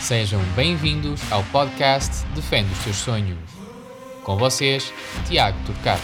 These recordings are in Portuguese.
Sejam bem-vindos ao podcast Defende os Teus Sonhos. Com vocês, Tiago Turcato.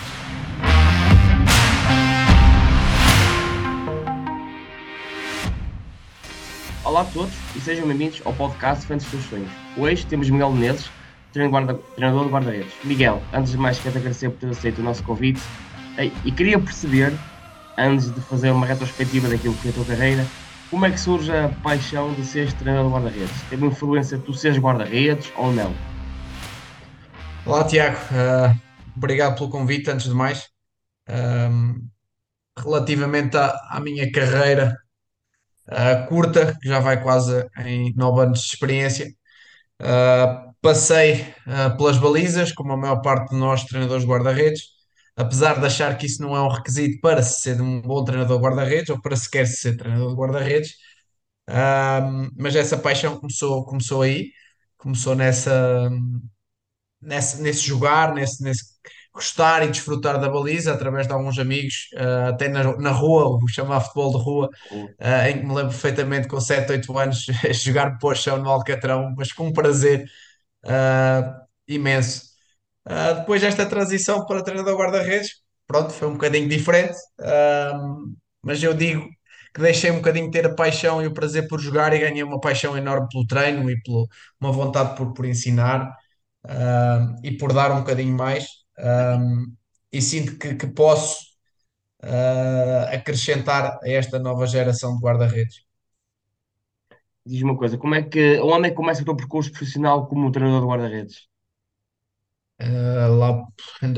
Olá a todos e sejam bem-vindos ao podcast Defende os Teus Sonhos. Hoje temos Miguel Menezes, treinador de guarda-redes. Miguel, antes de mais, quero agradecer por ter aceito o nosso convite e queria perceber, antes de fazer uma retrospectiva daquilo que foi a tua carreira, como é que surge a paixão de seres treinador de guarda-redes? Teve influência de tu seres guarda-redes ou não? Olá, Tiago. Obrigado pelo convite, antes de mais. Ahm, Relativamente à minha carreira curta, que já vai quase em 9 anos de experiência, passei pelas balizas, como a maior parte de nós, treinadores de guarda-redes, apesar de achar que isso não é um requisito para se ser um bom treinador de guarda-redes ou para sequer ser treinador de guarda-redes. Mas essa paixão começou aí, começou nesse jogar, nesse gostar e desfrutar da baliza através de alguns amigos, até na rua, o chamar futebol de rua, Ou- em que me lembro perfeitamente com 7 8 anos a jogar para o chão no Alcatrão, mas com um prazer imenso. Depois desta transição para treinador guarda-redes, pronto, foi um bocadinho diferente, mas eu digo que deixei um bocadinho de ter a paixão e o prazer por jogar e ganhei uma paixão enorme pelo treino e uma vontade por ensinar e por dar um bocadinho mais. E sinto que posso acrescentar a esta nova geração de guarda-redes. Diz-me uma coisa, onde é que começa o teu percurso profissional como treinador de guarda-redes? Lá em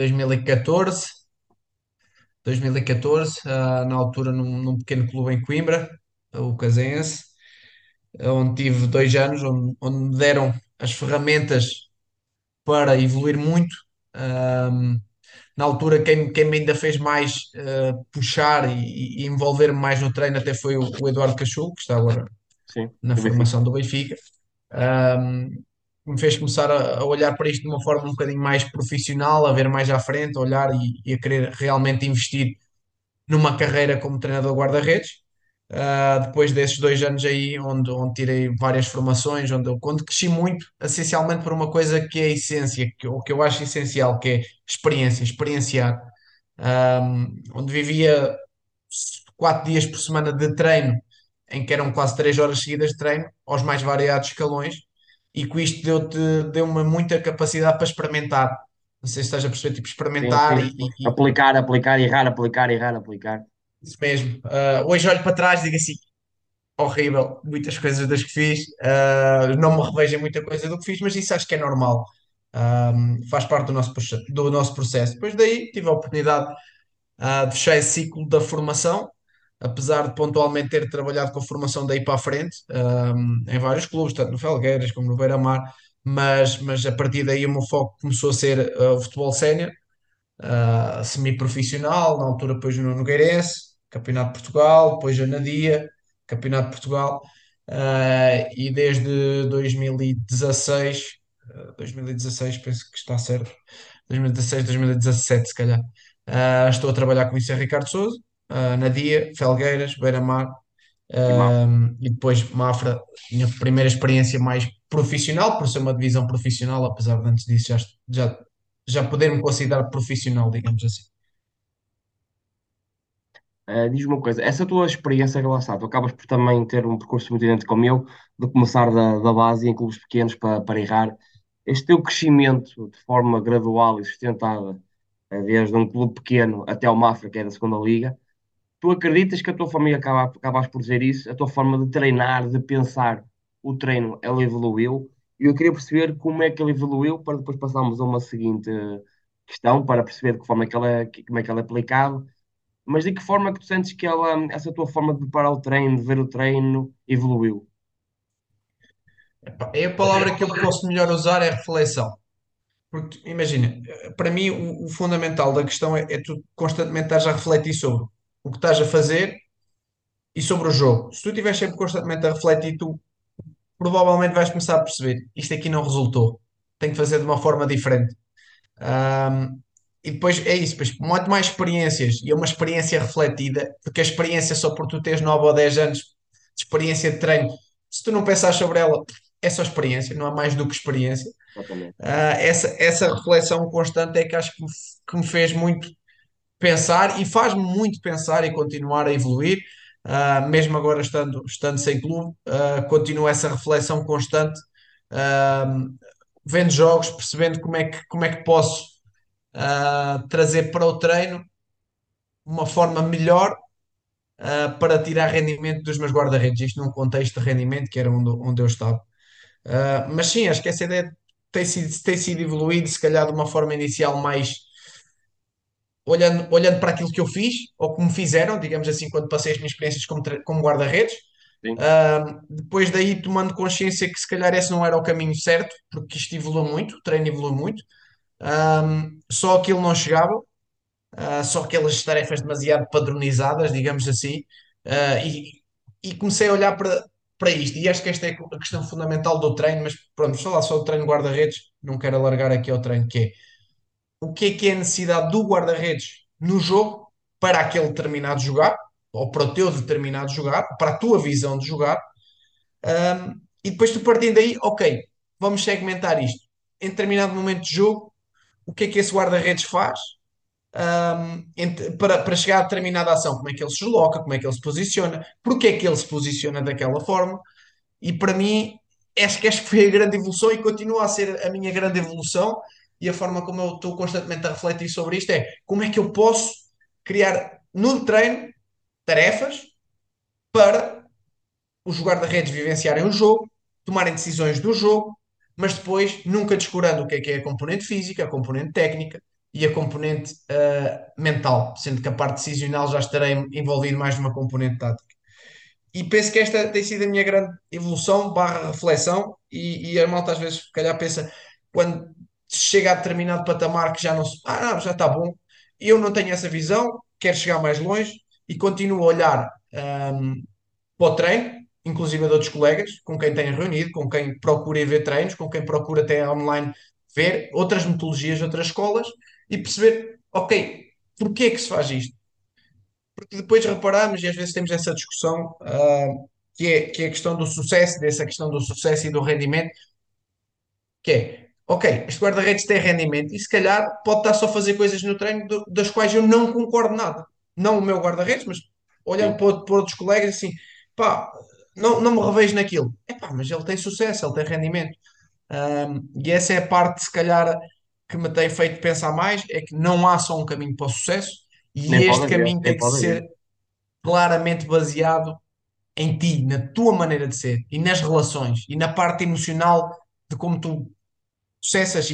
2014, na altura num pequeno clube em Coimbra, o Casense, onde tive 2 anos, onde me deram as ferramentas para evoluir muito. Um, Na altura, quem me ainda fez mais puxar e envolver-me mais no treino até foi o Eduardo Cachulo, que está agora Sim, na do Benfica. formação do Benfica. Um, Me fez começar a olhar para isto de uma forma um bocadinho mais profissional, a ver mais à frente, a olhar e a querer realmente investir numa carreira como treinador guarda-redes. Depois desses 2 anos aí, onde tirei várias formações, onde cresci muito, essencialmente por uma coisa que é a essência, o que eu acho essencial, que é experiência, experienciar. Onde vivia 4 dias por semana de treino, em que eram quase 3 horas seguidas de treino, aos mais variados escalões, e com isto deu-me muita capacidade para experimentar. Não sei se estás a perceber, tipo, Sim, experimentar sim. Aplicar, aplicar, errar, aplicar, errar, aplicar. isso mesmo. Hoje olho para trás e digo assim, horrível, muitas coisas das que fiz. Não me revejo em muita coisa do que fiz, mas isso acho que é normal. Faz parte do nosso processo. Depois daí tive a oportunidade de fechar esse ciclo da formação, apesar de pontualmente ter trabalhado com a formação daí para a frente, em vários clubes, tanto no Felgueiras como no Beira-Mar, mas a partir daí o meu foco começou a ser o futebol sénior, semi-profissional, na altura depois no Nogueirense, Campeonato de Portugal, depois a Nadia, Campeonato de Portugal, e desde 2016, 2016 penso que está certo, 2016, 2017 se calhar, estou a trabalhar com isso em Ricardo Sousa, Nadia, Felgueiras, Beira-Mar, E Mafra. e depois Mafra, minha primeira experiência mais profissional, por ser uma divisão profissional, apesar de antes disso já poder me considerar profissional, digamos assim. Diz-me uma coisa, essa tua experiência que lá está, tu acabas por também ter um percurso muito idêntico ao meu, de começar da base em clubes pequenos para errar. Este teu crescimento de forma gradual e sustentada, desde um clube pequeno até o Mafra, que é da segunda liga, tu acreditas que a tua forma, e acabas por dizer isso, a tua forma de treinar, de pensar o treino, ela evoluiu? E eu queria perceber como é que ele evoluiu para depois passarmos a uma seguinte questão, para perceber de que forma é que como é que ela é aplicada, mas de que forma é que tu sentes que essa tua forma de preparar o treino, de ver o treino, evoluiu? Epá, é a palavra que eu posso melhor usar é reflexão. Porque, imagina, para mim o fundamental da questão é tu constantemente estás a refletir sobre o que estás a fazer e sobre o jogo. Se tu estiveres sempre constantemente a refletir, tu provavelmente vais começar a perceber isto aqui não resultou. Tenho que fazer de uma forma diferente. Ahm, e depois é isso, depois, muito mais experiências e é uma experiência refletida, porque a experiência só por tu teres 9 ou 10 anos de experiência de treino, se tu não pensares sobre ela, é só experiência, não há mais do que experiência. Exatamente. Essa reflexão constante é que acho que me fez muito pensar e faz-me muito pensar e continuar a evoluir. Mesmo agora estando sem clube, continuo essa reflexão constante, ah, vendo jogos, percebendo como é que posso trazer para o treino uma forma melhor para tirar rendimento dos meus guarda-redes, isto num contexto de rendimento que era onde eu estava. Mas sim, acho que essa ideia tem sido evoluída, se calhar de uma forma inicial mais olhando para aquilo que eu fiz, ou como fizeram, digamos assim, quando passei as minhas experiências como guarda-redes. Sim. Depois daí tomando consciência que se calhar esse não era o caminho certo, porque isto evoluiu muito, o treino evoluiu muito. Só aquilo não chegava, só aquelas tarefas demasiado padronizadas, digamos assim, e comecei a olhar para isto. E acho que esta é a questão fundamental do treino, mas pronto, vamos falar só do treino guarda-redes, não quero alargar aqui ao treino, que é o que é a necessidade do guarda-redes no jogo para aquele determinado jogar, ou para o teu determinado jogar, para a tua visão de jogar, e depois tu partindo daí, ok, vamos segmentar isto. Em determinado momento de jogo, o que é que esse guarda-redes faz? Para chegar a determinada ação, como é que ele se desloca, como é que ele se posiciona, porque é que ele se posiciona daquela forma, e para mim, acho que foi a grande evolução e continua a ser a minha grande evolução. E a forma como eu estou constantemente a refletir sobre isto é como é que eu posso criar no treino tarefas para os guarda-redes vivenciarem o jogo, tomarem decisões do jogo, mas depois nunca descurando o que é a componente física, a componente técnica e a componente mental, sendo que a parte decisional já estarei envolvido mais numa componente tática. E penso que esta tem sido a minha grande evolução barra reflexão e a malta às vezes se calhar pensa quando se chega a determinado patamar que já não se, não, já está bom. Eu não tenho essa visão, quero chegar mais longe e continuo a olhar para o treino, inclusive de outros colegas com quem tenho reunido, com quem procura ir ver treinos, com quem procura até online ver outras metodologias, outras escolas e perceber, ok, porquê é que se faz isto? Porque depois reparamos, e às vezes temos essa discussão, que é a questão do sucesso, dessa questão do sucesso e do rendimento, que é, ok, este guarda-redes tem rendimento e se calhar pode estar só a fazer coisas no treino das quais eu não concordo nada. Não o meu guarda-redes, mas olhando Sim. para outros colegas assim, pá, não me revejo naquilo. É pá, mas ele tem sucesso, ele tem rendimento. E essa é a parte, se calhar, que me tem feito pensar mais, é que não há só um caminho para o sucesso e Nem pode este haver, caminho nem tem que pode haver. ser claramente baseado em ti, na tua maneira de ser e nas relações e na parte emocional de como tu processas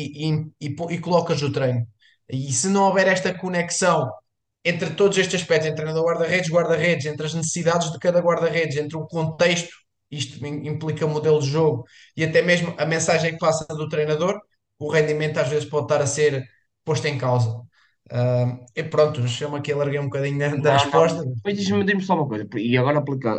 e colocas o treino. E se não houver esta conexão entre todos estes aspectos, entre treinador guarda-redes, entre as necessidades de cada guarda-redes, entre o contexto, isto implica o modelo de jogo e até mesmo a mensagem que passa do treinador, o rendimento às vezes pode estar a ser posto em causa. E pronto, chamo aqui, alarguei um bocadinho da Não, não. resposta. Mas diz-me só uma coisa, e agora aplica,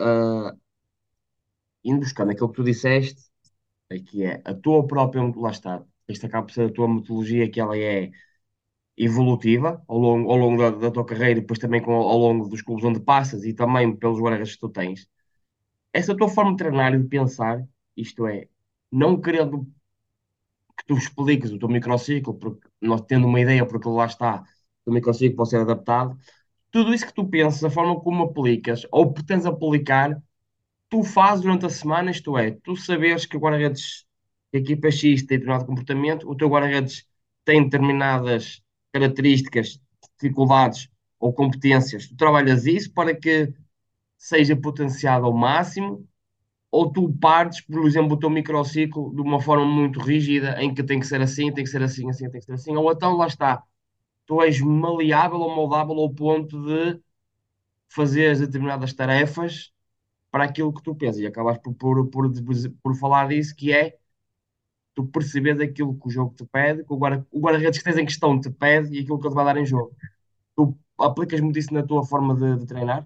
indo buscando aquilo que tu disseste, aqui é a tua própria, lá está, esta acaba por ser a tua metodologia, que ela é evolutiva ao longo da tua carreira e depois também ao longo dos clubes onde passas e também pelos guarda-redes que tu tens. Essa tua forma de treinar e de pensar, isto é, não querendo que tu expliques o teu microciclo, porque nós tendo uma ideia, porque lá está, o microciclo pode ser adaptado, tudo isso que tu pensas, a forma como aplicas ou pretendes aplicar, tu fazes durante a semana, isto é, tu saberes que o guarda-redes, que a equipa X tem determinado comportamento, o teu guarda-redes tem determinadas características, dificuldades ou competências, tu trabalhas isso para que seja potenciado ao máximo, ou tu partes, por exemplo, o teu microciclo de uma forma muito rígida, em que tem que ser assim, tem que ser assim, assim, tem que ser assim, ou então lá está, tu és maleável ou moldável ao ponto de fazer determinadas tarefas para aquilo que tu pensas e acabas por falar disso, que é tu perceberes aquilo que o jogo te pede, que o guarda-redes que tens em questão te pede e aquilo que ele te vai dar em jogo. Tu aplicas muito isso na tua forma de treinar?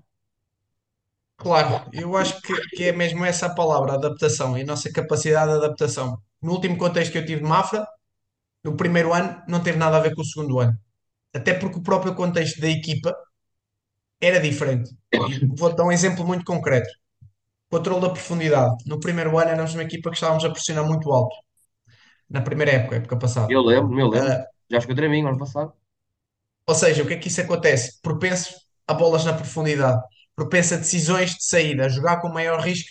Claro, eu acho que é mesmo essa a palavra, adaptação, e a nossa capacidade de adaptação. No último contexto que eu tive de Mafra, no primeiro ano, não teve nada a ver com o segundo ano. Até porque o próprio contexto da equipa era diferente. E vou dar um exemplo muito concreto. controle da profundidade. No primeiro ano éramos uma equipa que estávamos a pressionar muito alto. Na primeira época, época passada. Eu lembro. Ah, Já escutei a mim ano passado. ou seja, o que é que isso acontece? Propenso a bolas na profundidade, propenso a decisões de saída, a jogar com maior risco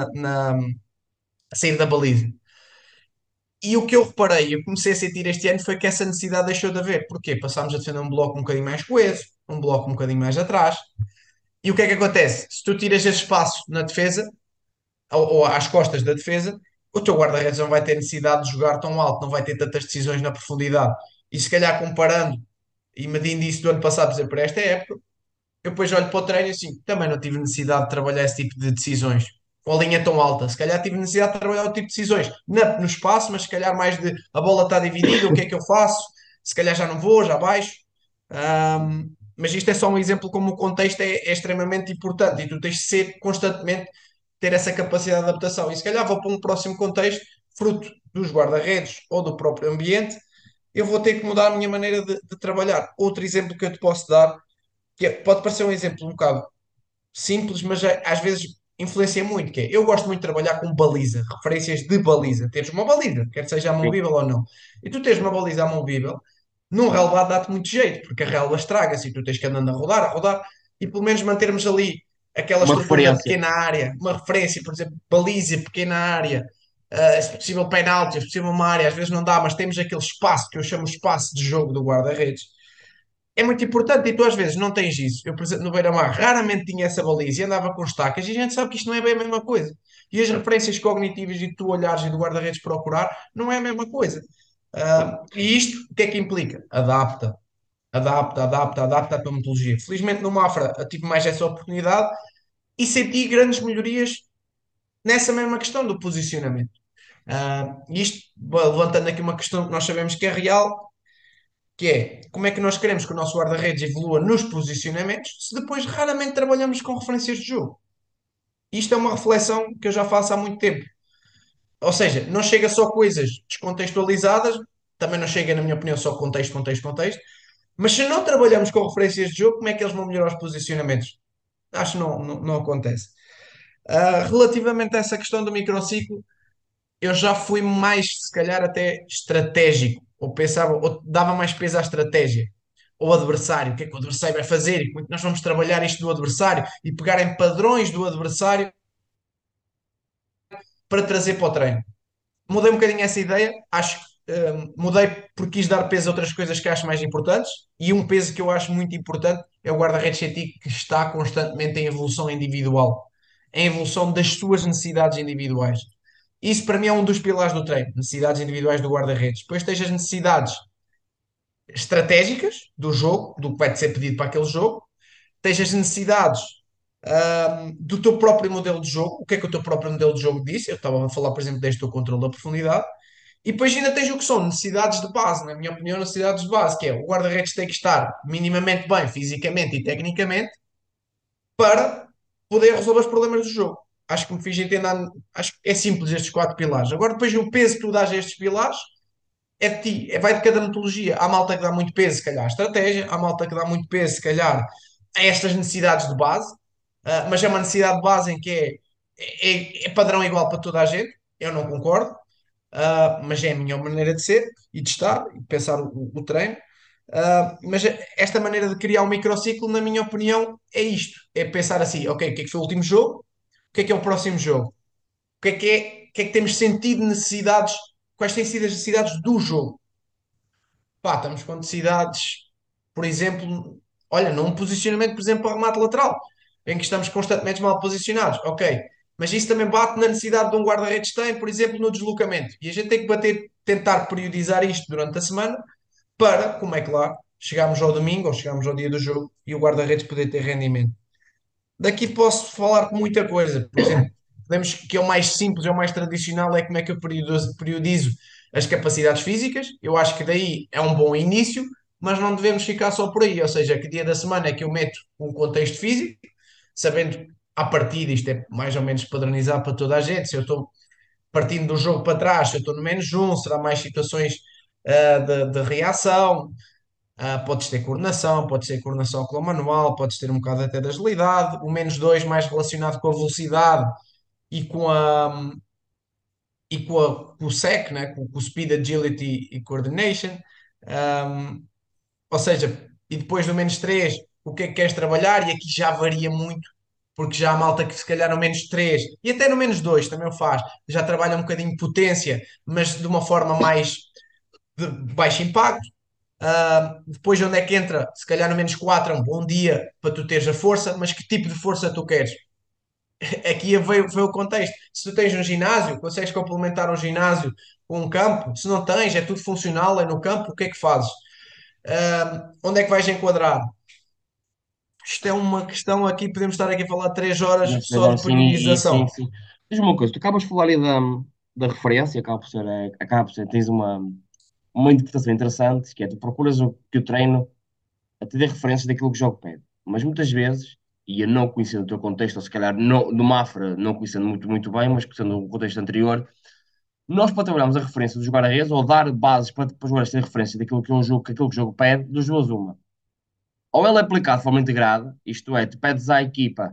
a sair da baliza. E o que eu reparei, eu comecei a sentir este ano foi que essa necessidade deixou de haver. Porquê? Passámos a defender um bloco um bocadinho mais coeso, um bloco um bocadinho mais atrás. E o que é que acontece? Se tu tiras esse espaço na defesa, ou às costas da defesa, o teu guarda-redes não vai ter necessidade de jogar tão alto, não vai ter tantas decisões na profundidade. E se calhar comparando e medindo isso do ano passado, por exemplo, para esta época, eu depois olho para o treino e assim, também não tive necessidade de trabalhar esse tipo de decisões. Com a linha tão alta, se calhar tive necessidade de trabalhar o tipo de decisões no espaço, mas se calhar mais de a bola está dividida, o que é que eu faço? Se calhar já não vou, já baixo. Mas isto é só um exemplo como o contexto é extremamente importante e tu tens de ser constantemente ter essa capacidade de adaptação. E se calhar vou para um próximo contexto, fruto dos guarda-redes ou do próprio ambiente, eu vou ter que mudar a minha maneira de trabalhar. Outro exemplo que eu te posso dar pode parecer um exemplo um bocado simples, mas às vezes influencia muito, que é, eu gosto muito de trabalhar com baliza, referências de baliza, teres uma baliza, quer seja Sim. amovível ou não, e tu tens uma baliza amovível, num relevado dá-te muito jeito, porque a relva estraga-se e tu tens que andando a rodar, e pelo menos mantermos ali aquela Uma estrutura da referência. pequena área, uma referência, por exemplo, baliza, pequena área, se possível penalti, se possível uma área, às vezes não dá, mas temos aquele espaço que eu chamo espaço de jogo do guarda-redes, é muito importante e tu às vezes não tens isso. Eu, por exemplo, no Beira-Mar raramente tinha essa baliza e andava com estacas e a gente sabe que isto não é bem a mesma coisa. E as referências cognitivas e tu olhares e do guarda-redes procurar não é a mesma coisa. E isto, o que é que implica? Adapta a tua metodologia. Felizmente no Mafra eu tive mais essa oportunidade e senti grandes melhorias nessa mesma questão do posicionamento. Isto, levantando aqui uma questão que nós sabemos que é real, que é como é que nós queremos que o nosso guarda-redes evolua nos posicionamentos se depois raramente trabalhamos com referências de jogo. Isto é uma reflexão que eu já faço há muito tempo. Ou seja, não chega só coisas descontextualizadas, também não chega, na minha opinião, só contexto, mas se não trabalhamos com referências de jogo, como é que eles vão melhorar os posicionamentos? Acho que não acontece. Relativamente a essa questão do microciclo, eu já fui mais, se calhar, até estratégico, ou pensava, ou dava mais peso à estratégia, ou adversário, o que é que o adversário vai fazer, e como é que nós vamos trabalhar isto do adversário, e pegar em padrões do adversário para trazer para o treino. Mudei um bocadinho essa ideia, acho que mudei porque quis dar peso a outras coisas que acho mais importantes, e um peso que eu acho muito importante é o guarda-redes científico que está constantemente em evolução individual, em evolução das suas necessidades individuais. Isso para mim é um dos pilares do treino, necessidades individuais do guarda-redes. Depois tens as necessidades estratégicas do jogo, do que vai ser pedido para aquele jogo, tens as necessidades do teu próprio modelo de jogo, o que é que o teu próprio modelo de jogo disse? Eu estava a falar, por exemplo, deste teu controle da profundidade, e depois ainda tens o que são necessidades de base, na minha opinião, necessidades de base, que é o guarda-redes tem que estar minimamente bem fisicamente e tecnicamente para poder resolver os problemas do jogo. Acho que me fiz entender, acho que é simples estes quatro pilares. Agora, depois o peso que tu dás a estes pilares é de ti, vai de cada metodologia. Há malta que dá muito peso, se calhar, à estratégia, há malta que dá muito peso, se calhar, a estas necessidades de base, mas é uma necessidade de base em que é padrão igual para toda a gente. Eu não concordo, mas é a minha maneira de ser e de estar e de pensar o treino. Mas esta maneira de criar um microciclo, na minha opinião, é isto: é pensar assim, ok, o que é que foi o último jogo? O que é o próximo jogo? O que é que temos sentido necessidades? Quais têm sido as necessidades do jogo? Pá, estamos com necessidades, por exemplo, olha, num posicionamento, por exemplo, para remate lateral, em que estamos constantemente mal posicionados. Ok, mas isso também bate na necessidade de um guarda-redes tem, por exemplo, no deslocamento. E a gente tem que bater, tentar periodizar isto durante a semana para, como é claro, chegarmos ao domingo ou chegarmos ao dia do jogo e o guarda-redes poder ter rendimento. Daqui posso falar com muita coisa. Por exemplo, podemos que é o mais simples, é o mais tradicional, é como é que eu periodizo as capacidades físicas. Eu acho que daí é um bom início, mas não devemos ficar só por aí. Ou seja, que dia da semana é que eu meto um contexto físico, sabendo à partida, isto é mais ou menos padronizado para toda a gente. Se eu estou partindo do jogo para trás, se eu estou no menos um, será mais situações de reação. Podes ter coordenação, podes ter coordenação com o manual, podes ter um bocado até de agilidade, o menos 2 mais relacionado com a velocidade, e com o SEC, né? Com o Speed, Agility e Coordination. Um, ou seja, e depois do menos 3 o que é que queres trabalhar? E aqui já varia muito, porque já há malta que se calhar no menos 3 e até no menos 2 também o faz, já trabalha um bocadinho de potência, mas de uma forma mais de baixo impacto. Depois, onde é que entra? Se calhar no menos 4 é um bom dia para tu teres a força, mas que tipo de força tu queres? Aqui veio o contexto. Se tu tens um ginásio, consegues complementar um ginásio com um campo. Se não tens, é tudo funcional, é no campo, o que é que fazes? Onde é que vais enquadrar? Isto é uma questão aqui, podemos estar aqui a falar 3 horas Das três só horas, de sim, e sim, periodização. sim. Diz-me uma coisa, tu acabas de falar aí da referência, acaba por ser, tens uma interpretação interessante, que é tu procuras que o treino te dê referências daquilo que o jogo pede. Mas muitas vezes, e eu não conhecendo o teu contexto, ou se calhar no Mafra, não conhecendo muito, muito bem, mas conhecendo o contexto anterior, nós para trabalharmos a referência dos guarda-redes ou dar bases para os jogadores terem referência daquilo que é um jogo, que aquilo que o jogo pede, dos duas uma. Ou ele é aplicado de forma integrada, isto é, tu pedes à equipa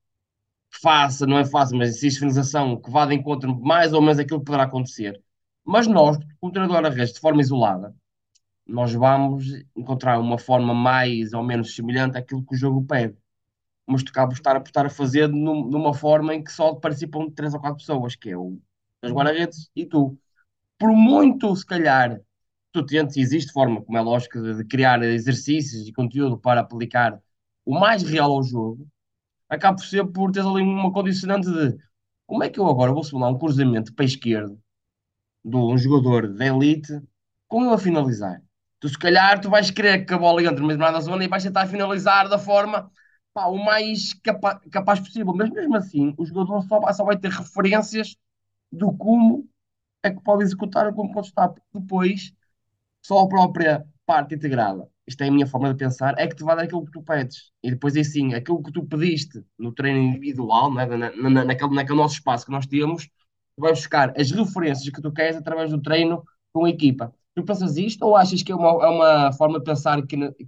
que faça, não é fácil, mas existe finalização que vá de encontro mais ou menos aquilo que poderá acontecer. Mas nós, como treinador a redes de forma isolada, nós vamos encontrar uma forma mais ou menos semelhante àquilo que o jogo pede. Mas tu acabas por estar a fazer numa forma em que só participam três ou quatro pessoas, que é o as guarda-redes e tu. Por muito, se calhar, tu tentes, e existe forma, como é lógico, de criar exercícios e conteúdo para aplicar o mais real ao jogo, acaba por ser por ter ali uma condicionante de como é que eu agora vou simular um cruzamento para a esquerda de um jogador de elite com ele a finalizar. Tu, se calhar, tu vais querer que a bola entre mesmo lá na zona e vais tentar finalizar da forma pá, o mais capaz possível. Mas mesmo assim, o jogador só vai ter referências do como é que pode executar ou como pode estar. Porque depois, só a própria parte integrada, isto é a minha forma de pensar, é que te vai dar aquilo que tu pedes. E depois, é assim, aquilo que tu pediste no treino individual, né, naquele nosso espaço que nós temos, tu vais buscar as referências que tu queres através do treino com a equipa. Tu pensas isto ou achas que é uma forma de pensar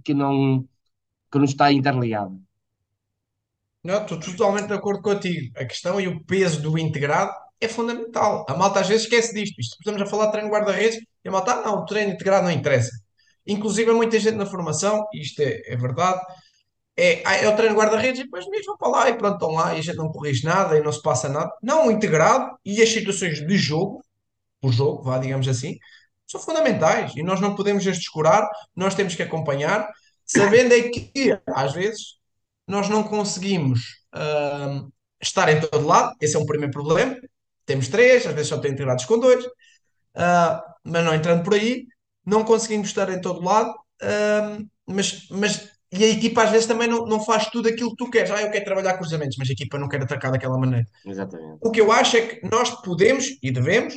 que não está interligada? Não, estou totalmente de acordo contigo. A questão e o peso do integrado é fundamental. A malta às vezes esquece disto. Estamos a falar de treino de guarda-redes e a malta, não, o treino integrado não interessa. Inclusive, muita gente na formação, e isto é verdade, é o treino de guarda-redes e depois mesmo vão para lá e pronto, estão lá e a gente não corrige nada e não se passa nada. Não, o integrado e as situações de jogo, o jogo, vá, digamos assim, são fundamentais e nós não podemos as descurar, nós temos que acompanhar, sabendo é que, às vezes, nós não conseguimos estar em todo lado, esse é um primeiro problema. Temos três, às vezes só tem integrados com dois, mas não entrando por aí, não conseguimos estar em todo lado, e a equipa às vezes também não faz tudo aquilo que tu queres. Eu quero trabalhar cruzamentos, mas a equipa não quer atacar daquela maneira. Exatamente. O que eu acho é que nós podemos e devemos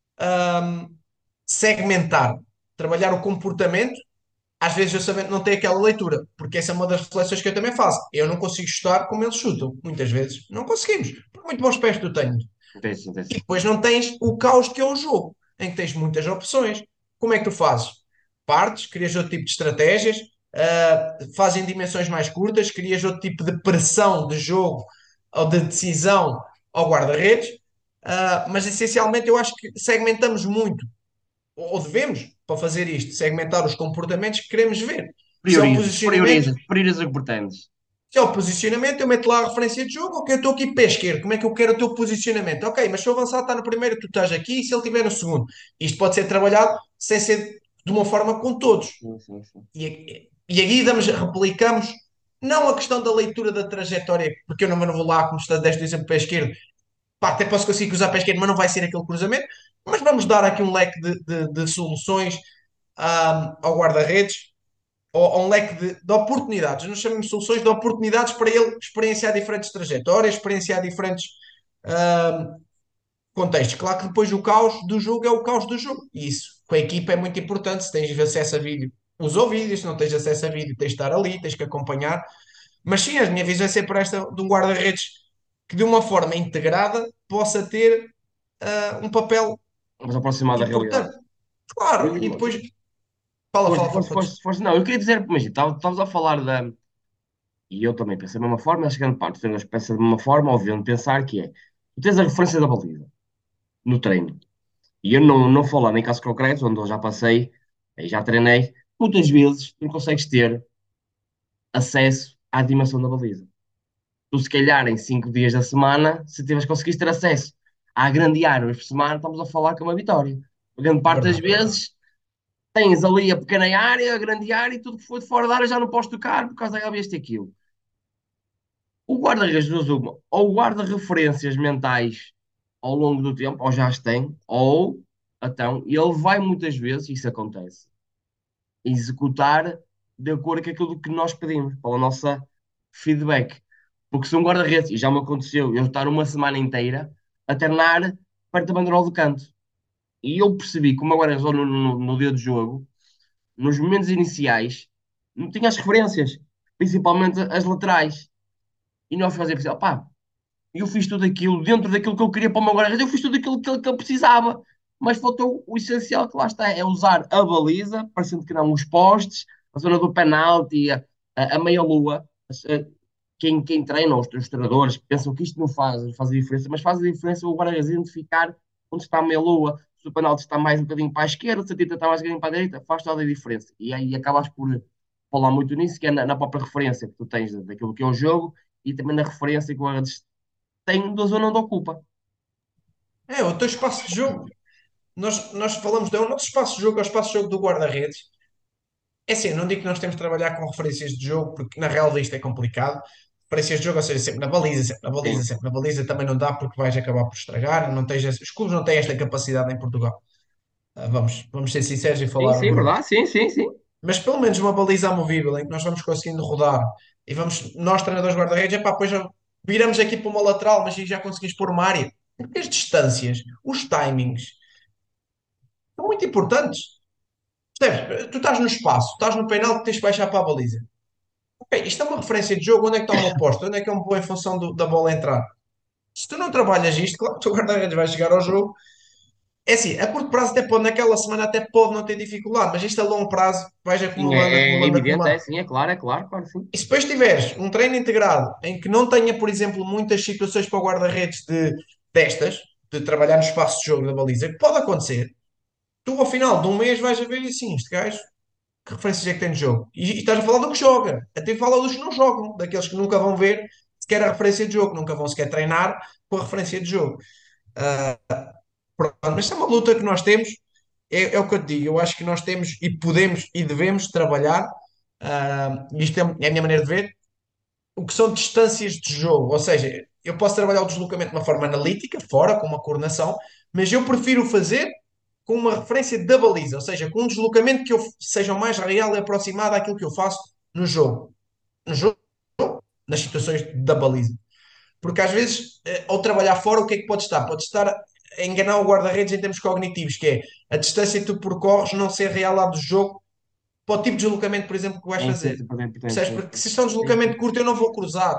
segmentar, trabalhar o comportamento. Às vezes eu sabendo não tenho aquela leitura, porque essa é uma das reflexões que eu também faço. Eu não consigo chutar como eles chutam, muitas vezes. Não conseguimos, por muito bons pés que tu tens. Entendi, E entendi. depois não tens o caos que é o jogo, em que tens muitas opções. Como é que tu fazes? Partes, crias outro tipo de estratégias, fazem dimensões mais curtas, crias outro tipo de pressão de jogo ou de decisão ao guarda-redes, mas essencialmente eu acho que segmentamos muito ou devemos, para fazer isto, segmentar os comportamentos que queremos ver. Se é o Priorizas, posicionamento, priorizas, priorizas o que pretendes. se é o posicionamento, eu meto lá a referência de jogo, ok, eu estou aqui pé esquerdo, como é que eu quero o teu posicionamento? Ok, mas se o avançado está no primeiro, tu estás aqui, e se ele estiver no segundo? Isto pode ser trabalhado sem ser de uma forma com todos. Sim, sim, sim. E aqui replicamos, não a questão da leitura da trajetória, porque eu não vou lá, como está deste exemplo, pé esquerdo, pá, até posso conseguir cruzar pé esquerdo, mas não vai ser aquele cruzamento, mas vamos dar aqui um leque de soluções ao guarda-redes, ou um leque de oportunidades. Nós chamamos de soluções de oportunidades para ele experienciar diferentes trajetórias, experienciar diferentes um, contextos. Claro que depois o caos do jogo é o caos do jogo. E isso com a equipa é muito importante. Se tens acesso a vídeo, usa o vídeo. Se não tens acesso a vídeo, tens de estar ali, tens que acompanhar. Mas sim, a minha visão é sempre esta de um guarda-redes que de uma forma integrada possa ter um papel Vamos aproximar da realidade. importante. Claro, e depois fala, Força, fala, fala, força, fala. força, força. Não, eu queria dizer, mas estavas a falar da. E eu também pensei da mesma forma, mas chegando parte, as peças da mesma forma, ou devendo pensar que é. Tu tens a referência da baliza no treino. E eu não falando em casos concretos, onde eu já passei, e já treinei, muitas vezes tu não consegues ter acesso à dimensão da baliza. Tu, se calhar, em 5 dias da semana, se tiveres conseguiste ter acesso à grande área por semana, estamos a falar que é uma vitória. A grande parte das Verdade. vezes tens ali a pequena área, a grande área, e tudo que foi de fora da área já não podes tocar por causa da este e aquilo. O guarda-redes do Zuma ou guarda referências mentais ao longo do tempo, ou já as tem, ou então ele vai muitas vezes, isso acontece, executar de acordo com aquilo que nós pedimos, pela nossa feedback. Porque se um guarda-redes, e já me aconteceu, eu estar uma semana inteira a treinar perto da banderola do canto. E eu percebi que o meu guarda-redes no dia do jogo, nos momentos iniciais, não tinha as referências, principalmente as laterais. E nós fazíamos assim, opá, eu fiz tudo aquilo dentro daquilo que eu queria para o meu guarda-redes, eu fiz tudo aquilo que ele precisava. Mas faltou o essencial que lá está, é usar a baliza, parecendo que não os postes, a zona do penalti, a meia-lua. Quem treina, os treinadores, pensam que isto não faz a diferença, mas faz a diferença o guarda-redes identificar onde está a meia-lua, se o penalti está mais um bocadinho para a esquerda, se a tinta está mais um bocadinho para a direita, faz toda a diferença. E aí acabas por falar muito nisso, que é na própria referência que tu tens daquilo que é o jogo e também na referência que o guarda-redes tem da zona onde ocupa. É, o teu espaço de jogo. Nós falamos do nosso espaço de jogo, é o espaço de jogo do guarda-redes. É assim, não digo que nós temos de trabalhar com referências de jogo, porque na real isto é complicado. Referências de jogo, ou seja, sempre na baliza, sempre na baliza, Sim, sempre na baliza, também não dá porque vais acabar por estragar. Não tens, os clubes não têm esta capacidade em Portugal. Vamos ser sinceros e sim, falar a sim, verdade. verdade, sim, sim, sim. Mas pelo menos uma baliza amovível em que nós vamos conseguindo rodar e vamos, nós treinadores guarda-redes, epá, depois já viramos aqui para uma lateral, mas aí já conseguimos pôr uma área. Porque as distâncias, os timings são muito importantes. Percebes? Tu estás no espaço, estás no penal, tens que baixar para a baliza. Ok, isto é uma referência de jogo, onde é que está o meu posto? Onde é que eu me vou em função da bola entrar? Se tu não trabalhas isto, claro que o teu guarda-redes vai chegar ao jogo. É assim, a curto prazo até pode, naquela semana até pode não ter dificuldade, mas isto a longo prazo vais Sim, acumulando, é acumulando, evidente, acumulando. é sim, claro, sim. E se depois tiveres um treino integrado em que não tenha, por exemplo, muitas situações para o guarda-redes destas, de trabalhar no espaço de jogo da baliza, que pode acontecer, tu ao final de um mês vais a ver assim, este gajo, que referências é que tem de jogo? E estás a falar do que joga, até fala dos que não jogam, daqueles que nunca vão ver sequer a referência de jogo, nunca vão sequer treinar com a referência de jogo. Pronto, mas é uma luta que nós temos, é o que eu te digo, eu acho que nós temos e podemos e devemos trabalhar, isto é a minha maneira de ver, o que são distâncias de jogo, ou seja, eu posso trabalhar o deslocamento de uma forma analítica, fora, com uma coordenação, mas eu prefiro fazer com uma referência da baliza, ou seja, com um deslocamento que eu seja o mais real e aproximado àquilo que eu faço no jogo. No jogo, nas situações da baliza. Porque às vezes, ao trabalhar fora, o que é que pode estar? Pode estar a enganar o guarda-redes em termos cognitivos, que é a distância que tu percorres não ser real lá do jogo para o tipo de deslocamento, por exemplo, que vais Sim, sim, fazer. super importante, Percebes? sim. Porque se isto é um Sim, deslocamento sim. curto, eu não vou cruzar.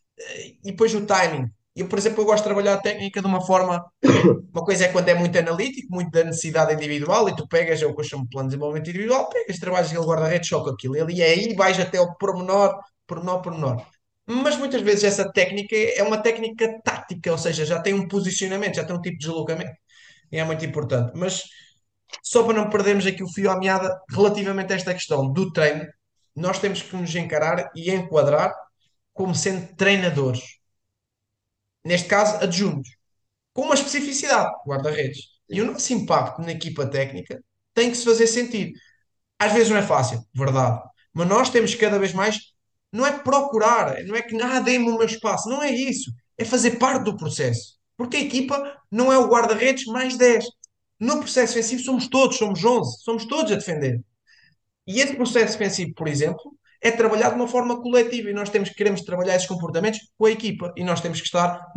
E depois o timing. Eu, por exemplo, eu gosto de trabalhar a técnica de uma forma. Uma coisa é quando é muito analítico, muito da necessidade individual, e tu pegas, eu costumo plano de desenvolvimento individual, pegas, trabalhas aquele guarda-redes só com aquilo, e aí vais até ao pormenor, pormenor, pormenor. Mas muitas vezes essa técnica é uma técnica tática, ou seja, já tem um posicionamento, já tem um tipo de deslocamento, e é muito importante. Mas só para não perdermos aqui o fio à meada, relativamente a esta questão do treino, nós temos que nos encarar e enquadrar como sendo treinadores, neste caso adjuntos, com uma especificidade, guarda-redes. E o Sim. nosso impacto na equipa técnica tem que se fazer sentir. Às vezes não é fácil, verdade, mas nós temos cada vez mais, não é procurar, não é que nada dê-me o meu espaço, não é isso, é fazer parte do processo. Porque a equipa não é o guarda-redes mais 10. No processo ofensivo somos 11, somos todos a defender. E esse processo defensivo, por exemplo, é trabalhado de uma forma coletiva e nós queremos trabalhar esses comportamentos com a equipa e nós temos que estar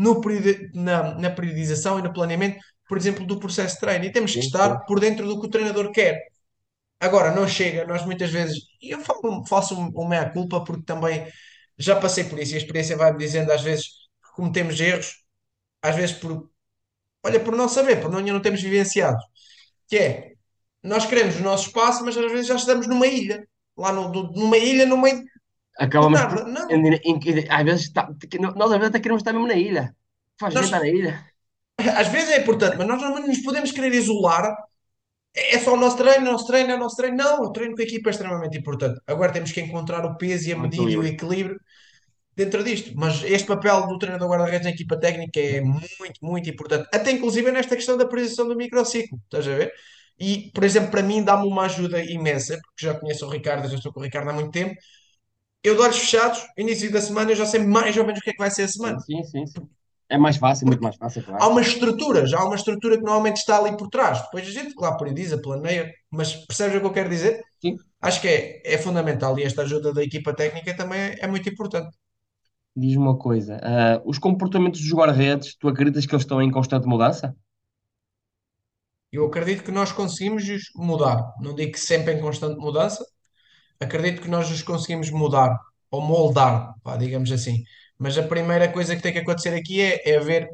na periodização e no planeamento, por exemplo, do processo de treino e temos que Sim, estar sim. por dentro do que o treinador quer. Agora, não chega, nós muitas vezes, e eu faço um meia-culpa porque também já passei por isso e a experiência vai-me dizendo às vezes que cometemos erros, às vezes olha, por não saber, por não termos vivenciado, que é, nós queremos o nosso espaço, mas às vezes já estamos numa ilha, lá numa ilha, no meio de Acabamos por. nada. Não, Às vezes, nós às vezes até queremos estar mesmo na ilha. faz bem Nós, estar na ilha. às vezes é importante, mas nós não nos podemos querer isolar. É só o nosso treino, é o nosso treino. Não, o treino com a equipa é extremamente importante. Agora temos que encontrar o peso e a Um medida e o equilíbrio. equilíbrio dentro disto. Mas este papel do treinador guarda-redes na equipa técnica é muito, muito importante. Até inclusive nesta questão da priorização do microciclo, estás a ver? E, por exemplo, para mim dá-me uma ajuda imensa, porque já conheço o Ricardo, já estou com o Ricardo há muito tempo. Eu de olhos fechados, início da semana, eu já sei mais ou menos o que é que vai ser a Sim, semana. sim, sim, sim. É mais fácil, muito Porque mais fácil, há claro. uma estrutura, já há uma estrutura que normalmente está ali por trás. Depois a gente, claro, prioriza, planeia, mas percebes o que eu quero dizer? Sim. Acho que é fundamental e esta ajuda da equipa técnica também é muito importante. Diz-me uma coisa. Os comportamentos dos guarda-redes, tu acreditas que eles estão em constante mudança? Eu acredito que nós conseguimos os mudar. Não digo que sempre em constante mudança, acredito que nós os conseguimos mudar ou moldar, vá, digamos assim. Mas a primeira coisa que tem que acontecer aqui é haver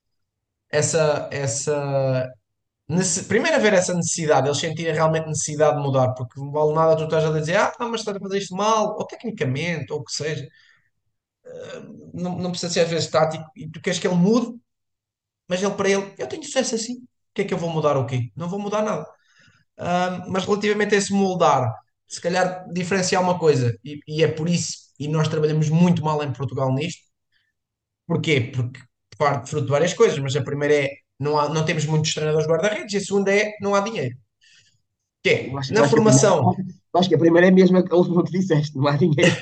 primeiro haver essa necessidade, eles sentirem realmente necessidade de mudar, porque não vale nada tu estás a dizer, não, mas estás a fazer isto mal, ou tecnicamente, ou o que seja. Não precisa ser às vezes tático, e tu queres que ele mude, mas ele para ele, eu tenho sucesso assim. O que é que eu vou mudar o quê? Não vou mudar nada. Mas relativamente a esse moldar, se calhar diferenciar uma coisa, e é por isso, e nós trabalhamos muito mal em Portugal nisto. Porquê? Porque parte fruto de várias coisas, mas a primeira é não temos muitos treinadores guarda-redes, e a segunda é não há dinheiro. Que Eu é, acho, eu na acho que a primeira, formação, eu acho que a primeira é mesmo a última que disseste, não há dinheiro.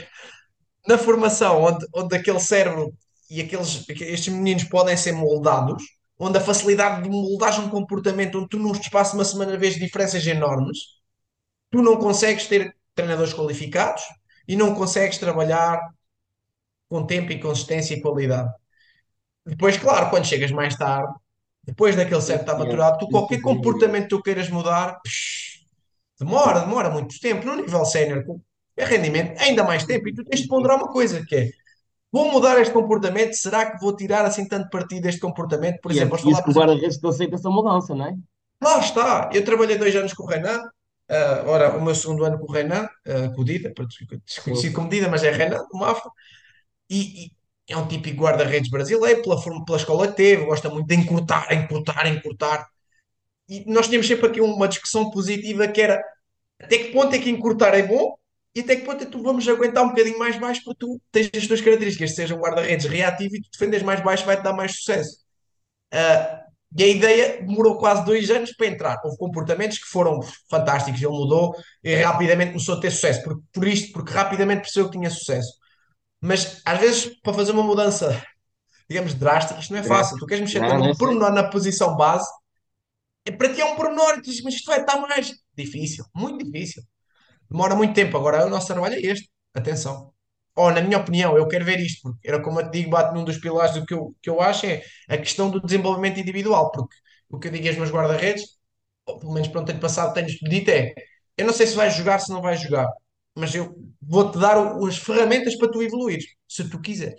onde aquele cérebro e estes meninos podem ser moldados, onde a facilidade de moldagem de um comportamento, onde tu num espaço de uma semana vês diferenças enormes, tu não consegues ter treinadores qualificados e não consegues trabalhar com tempo e consistência e qualidade. Depois, claro, quando chegas mais tarde, depois daquele Sim, certo estar sim, maturado, tu sim, sim, qualquer sem dúvida. comportamento que tu queiras mudar, demora muito tempo. No nível sénior, com é rendimento, ainda mais tempo. E tu tens de ponderar uma coisa, que é, vou mudar este comportamento, será que vou tirar assim tanto partido deste comportamento? Por E é exemplo, por vamos isso falar, que por o exemplo, guarda-redes não aceita essa mudança, não é? lá está, eu trabalhei 2 anos com o Renan, ora, o meu segundo ano com o Renan, com o Dida, Sim. desconhecido como Dida, mas é Renan, do Mafra, e é um típico guarda-redes brasileiro, pela escola que teve, gosta muito de encurtar, encurtar, encurtar. E nós tínhamos sempre aqui uma discussão positiva que era até que ponto é que encurtar é bom e até que ponto é que tu vamos aguentar um bocadinho mais baixo porque tu tens as tuas características, seja um guarda-redes reativo e tu defendes mais baixo vai-te dar mais sucesso. E a ideia demorou quase 2 anos para entrar. Houve comportamentos que foram fantásticos, ele mudou e rapidamente começou a ter sucesso, porque rapidamente percebeu que tinha sucesso. Mas às vezes, para fazer uma mudança, digamos, drástica, isto não é fácil. Tu Drástico. queres mexer até Não, não num sei. pormenor na posição base, para ti é um pormenor, e tu dizes, mas isto vai estar mais difícil, muito difícil. Demora muito tempo. Agora, o nosso trabalho é este. Atenção. Ou, na minha opinião, eu quero ver isto, porque era como eu te digo, bate num dos pilares do que eu acho, é a questão do desenvolvimento individual. Porque o que eu digo aos meus guarda-redes, ou pelo menos pronto, ano passado tenho dito eu não sei se vais jogar, se não vais jogar, mas eu vou-te dar as ferramentas para tu evoluires, se tu quiseres.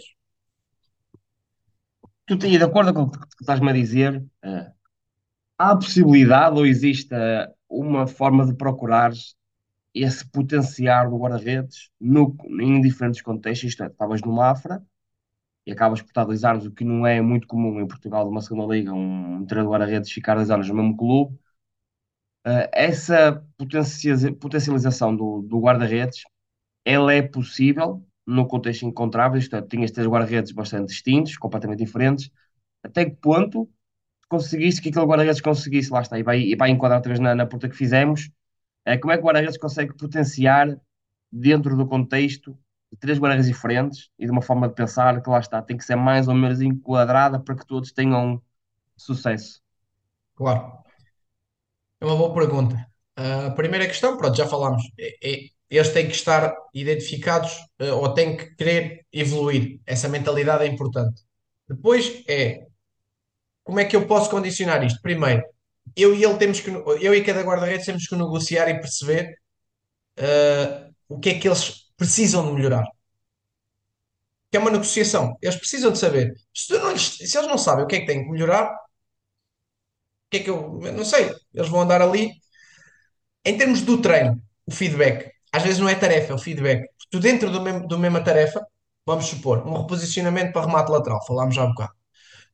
E de acordo com o que estás-me a dizer, há a possibilidade ou existe uma forma de procurar esse potenciar do guarda-redes em diferentes contextos? Isto é, estavas no Mafra e acabas por estar 2 anos, o que não é muito comum em Portugal, de uma segunda liga, um treinador de guarda-redes ficar 2 anos no mesmo clube. Essa potencialização do guarda-redes, ela é possível no contexto em que encontravas, isto é, tinhas três guarda-redes bastante distintos, completamente diferentes. Até que ponto conseguiste que aquele guarda-redes conseguisse, lá está, e vai enquadrar outra vez na pergunta que fizemos, como é que o guarda-redes consegue potenciar dentro do contexto de três guarda-redes diferentes e de uma forma de pensar que lá está, tem que ser mais ou menos enquadrada para que todos tenham sucesso. Claro. É uma boa pergunta. A primeira questão, pronto, já falámos. Eles têm que estar identificados, ou têm que querer evoluir. Essa mentalidade é importante. Depois como é que eu posso condicionar isto? Primeiro, eu e cada guarda-redes temos que negociar e perceber o que é que eles precisam de melhorar. Que é uma negociação. Eles precisam de saber. Se eles não sabem o que é que têm que melhorar, o que é que eu não sei. Eles vão andar ali. Em termos do treino, o feedback, às vezes não é tarefa, é o feedback. Tu dentro do mesma tarefa, vamos supor, um reposicionamento para remate lateral, falámos já há bocado.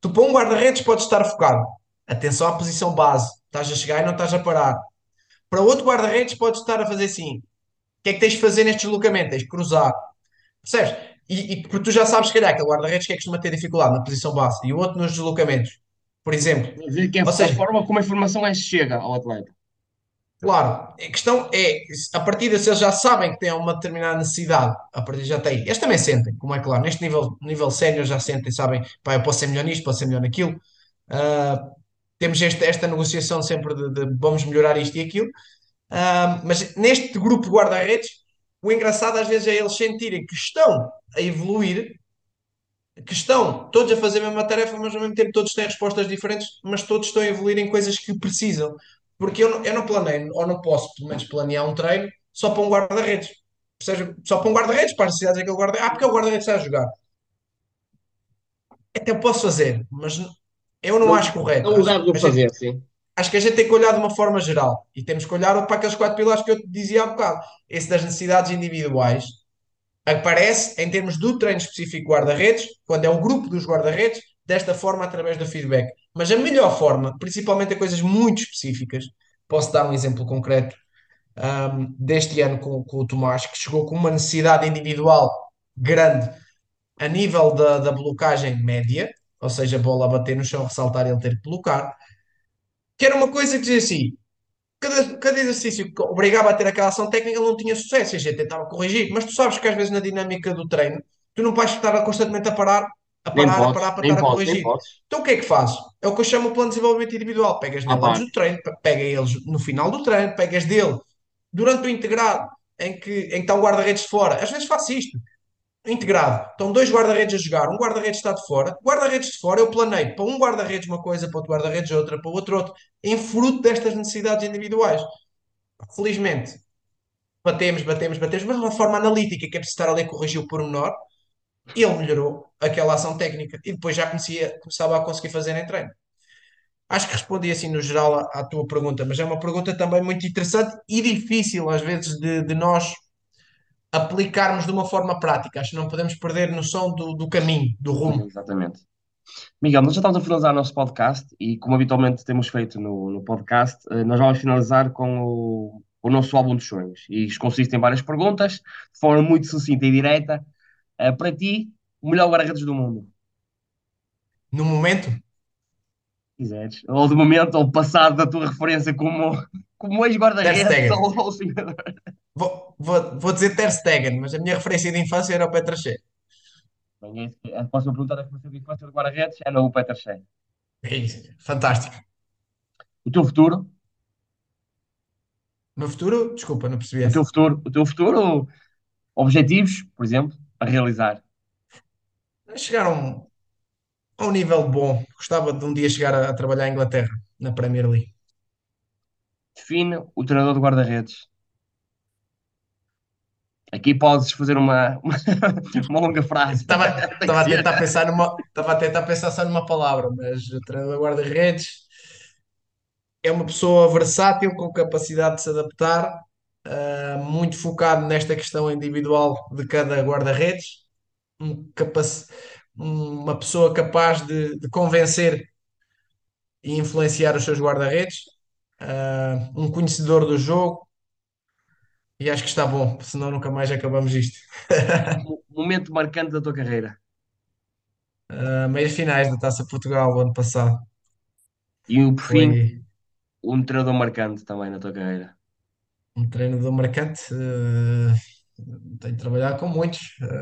Tu para um guarda-redes podes estar focado. Atenção à posição base. Estás a chegar e não estás a parar. Para outro guarda-redes podes estar a fazer assim. O que é que tens de fazer neste deslocamento? Tens de cruzar. Percebes? Porque tu já sabes, se calhar, que o guarda-redes que é que costuma ter dificuldade na posição base e o outro nos deslocamentos. Por exemplo. Ver que é Ou a seja, forma como a informação é que chega ao atleta. claro, a questão é, a partir de se eles já sabem que têm uma determinada necessidade, a partir já têm. Eles também sentem, como é claro, neste nível sénior já sentem, sabem, pá, eu posso ser melhor nisto, posso ser melhor naquilo. Ah, temos esta negociação sempre de vamos melhorar isto e aquilo. Mas neste grupo de guarda-redes, o engraçado às vezes é eles sentirem que estão a evoluir, que estão todos a fazer a mesma tarefa, mas ao mesmo tempo todos têm respostas diferentes, mas todos estão a evoluir em coisas que precisam. Porque eu não planeio, ou não posso, pelo menos, planear um treino só para um guarda-redes. Ou seja, só para um guarda-redes, para as necessidades daquele guarda-redes. Porque é o guarda-redes que está a jogar. Até eu posso fazer, mas eu não Não, acho correto. não o dado do fazer, sim. Acho que a gente tem que olhar de uma forma geral e temos que olhar para aqueles quatro pilares que eu te dizia há bocado. Esse das necessidades individuais aparece em termos do treino específico guarda-redes, quando é o grupo dos guarda-redes, desta forma através do feedback. Mas a melhor forma, principalmente a coisas muito específicas, posso dar um exemplo concreto deste ano com o Tomás, que chegou com uma necessidade individual grande a nível da blocagem média, ou seja, a bola a bater no chão, ressaltar e ele ter que blocar, que era uma coisa que dizia assim, cada exercício que obrigava a ter aquela ação técnica ele não tinha sucesso, e a gente tentava corrigir, mas tu sabes que às vezes na dinâmica do treino tu não vais estar constantemente a parar, a Nem parar, a podes, parar para nem estar a podes, nem corrigir. podes. Então o que é que fazes? É o que eu chamo de plano de desenvolvimento individual. Pegas À nele antes do parte. treino, pega eles no final do treino, pegas dele durante o integrado em que está um guarda-redes de fora. Às vezes faço isto integrado. Estão dois guarda-redes a jogar, um guarda-redes está de fora. Guarda-redes de fora, eu planeio para um guarda-redes uma coisa, para outro guarda-redes outra, para o outro outro, em fruto destas necessidades individuais. Felizmente, batemos, mas de uma forma analítica, que é preciso estar ali a corrigir o pormenor, e ele melhorou aquela ação técnica e depois já começava a conseguir fazer em treino. Acho que respondi assim no geral à tua pergunta, mas é uma pergunta também muito interessante e difícil às vezes de nós aplicarmos de uma forma prática. Acho que não podemos perder noção do caminho, do rumo. Exatamente. Miguel, nós já estamos a finalizar o nosso podcast e, como habitualmente temos feito no podcast, nós vamos finalizar com o nosso álbum dos sonhos. E isto consiste em várias perguntas, de forma muito sucinta e direta. Para ti, o melhor guarda-redes do mundo, No momento, se quiseres. Ou do momento, ou passado da tua referência como Ter ex-guarda-redes Stegen. ou jogador. Vou dizer Ter Stegen, mas a minha referência de infância era o Petrasche. Bem, a próxima pergunta da referência de infância do guarda-redes é no Peter Shea. É isso. Fantástico. O teu futuro, No futuro, desculpa, não percebi o teu essa. futuro, o teu futuro, objetivos, por exemplo, a realizar. Chegar a um nível bom. Gostava de um dia chegar a trabalhar em Inglaterra, na Premier League. Define o treinador de guarda-redes. Aqui podes fazer uma longa frase. Estava Tem que estava a ser. tentar pensar só numa palavra, mas o treinador de guarda-redes é uma pessoa versátil, com capacidade de se adaptar, muito focado nesta questão individual de cada guarda-redes, uma pessoa capaz de convencer e influenciar os seus guarda-redes, um conhecedor do jogo, e acho que está bom, senão nunca mais acabamos isto. Momento marcante da tua carreira. Meias finais da Taça Portugal, o ano passado, E, por fim, foi um treinador marcante também na tua carreira. um treinador marcante. Tenho de trabalhar com muitos.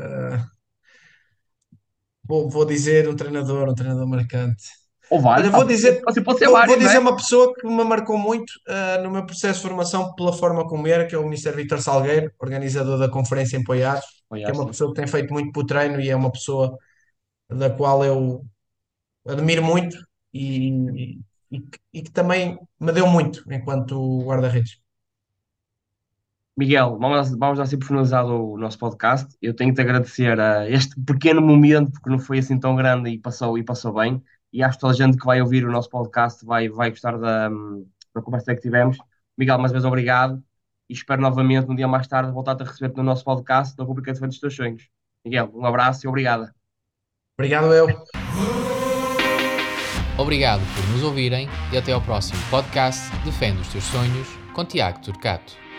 Vou dizer um treinador marcante. Ou Olha, vários, pá, vou dizer, pode ser vou vários, não dizer é? uma pessoa que me marcou muito no meu processo de formação pela forma como era, que é o Mister Vítor Salgueiro, organizador da conferência em Poiares, Foi que é uma assim. pessoa que tem feito muito para o treino e é uma pessoa da qual eu admiro muito e que também me deu muito enquanto guarda-redes. Miguel, vamos dar assim por finalizado o nosso podcast. Eu tenho que te agradecer a este pequeno momento, porque não foi assim tão grande e passou bem. E acho que toda a gente que vai ouvir o nosso podcast vai gostar da conversa que tivemos. Miguel, mais uma vez obrigado e espero novamente, um dia mais tarde, voltar-te a receber no nosso podcast da rubrica de dos teus sonhos. Miguel, um abraço e obrigado. Obrigado, eu. Obrigado por nos ouvirem e até ao próximo podcast Defende os Teus Sonhos com Tiago Turcato.